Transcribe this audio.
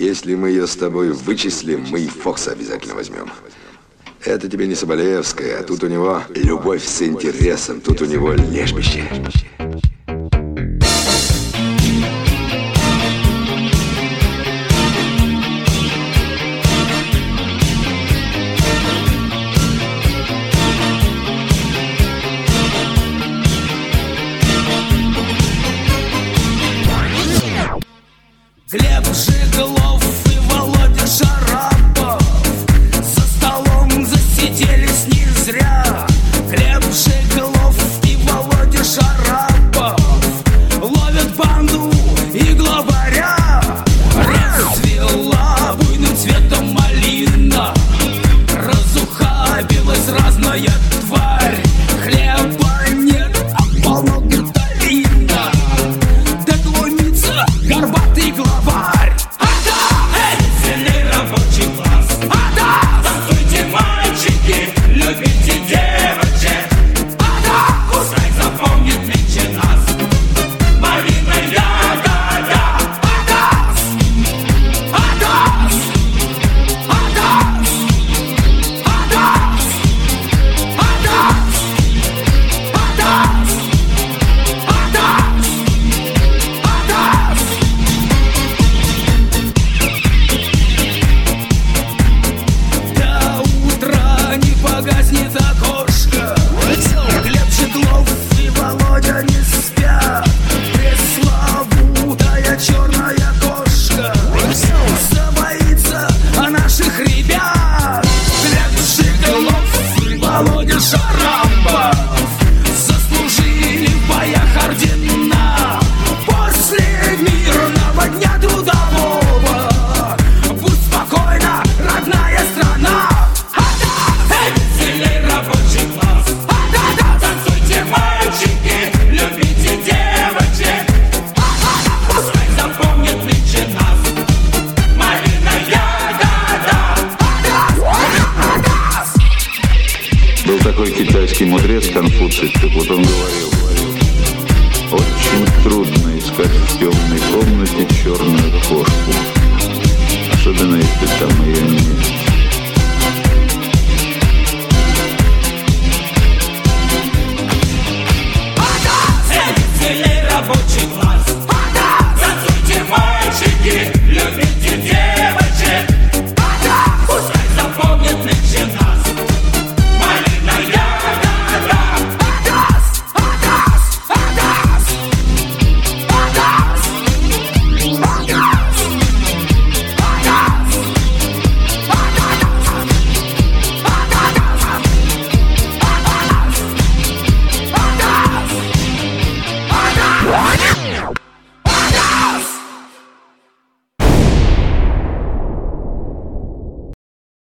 Если мы ее с тобой вычислим, мы и Фокса обязательно возьмем. Это тебе не Соболевская, а тут у него любовь с интересом, тут у него лежбище. Глеб Жиглов и Володя Шарапов за столом засиделись не зря. Глеб Жиглов и Володя Шарапов ловят банду и главаря. Расцвела буйным цветом малина, разухабилась разная тварь. Хлеба нет, а полно гуталина, да глумится горбатый главарь. Сильный рабочий класс. Танцуйте, мальчики, любите девочек. Пускай запомнит меньше нас Марина Ягода. До утра не погаснет окошко. Глеб Жиглов и Володя не спят. Пресловутая черная кошка забоится о наших ребят. Глеб Жиглов и Володя Шарапов заслужили в боях ордена. После мирного дня трудового будь спокойна, родная страна. Сильный рабочий класс. Танцуйте, мальчики, любите девочек. Пускай запомнит меньше нас Марина Ягода. Был такой китайский мудрец Конфуций, так вот он говорил: очень трудно искать в темной комнате черную кошку, особенно если там ее нет.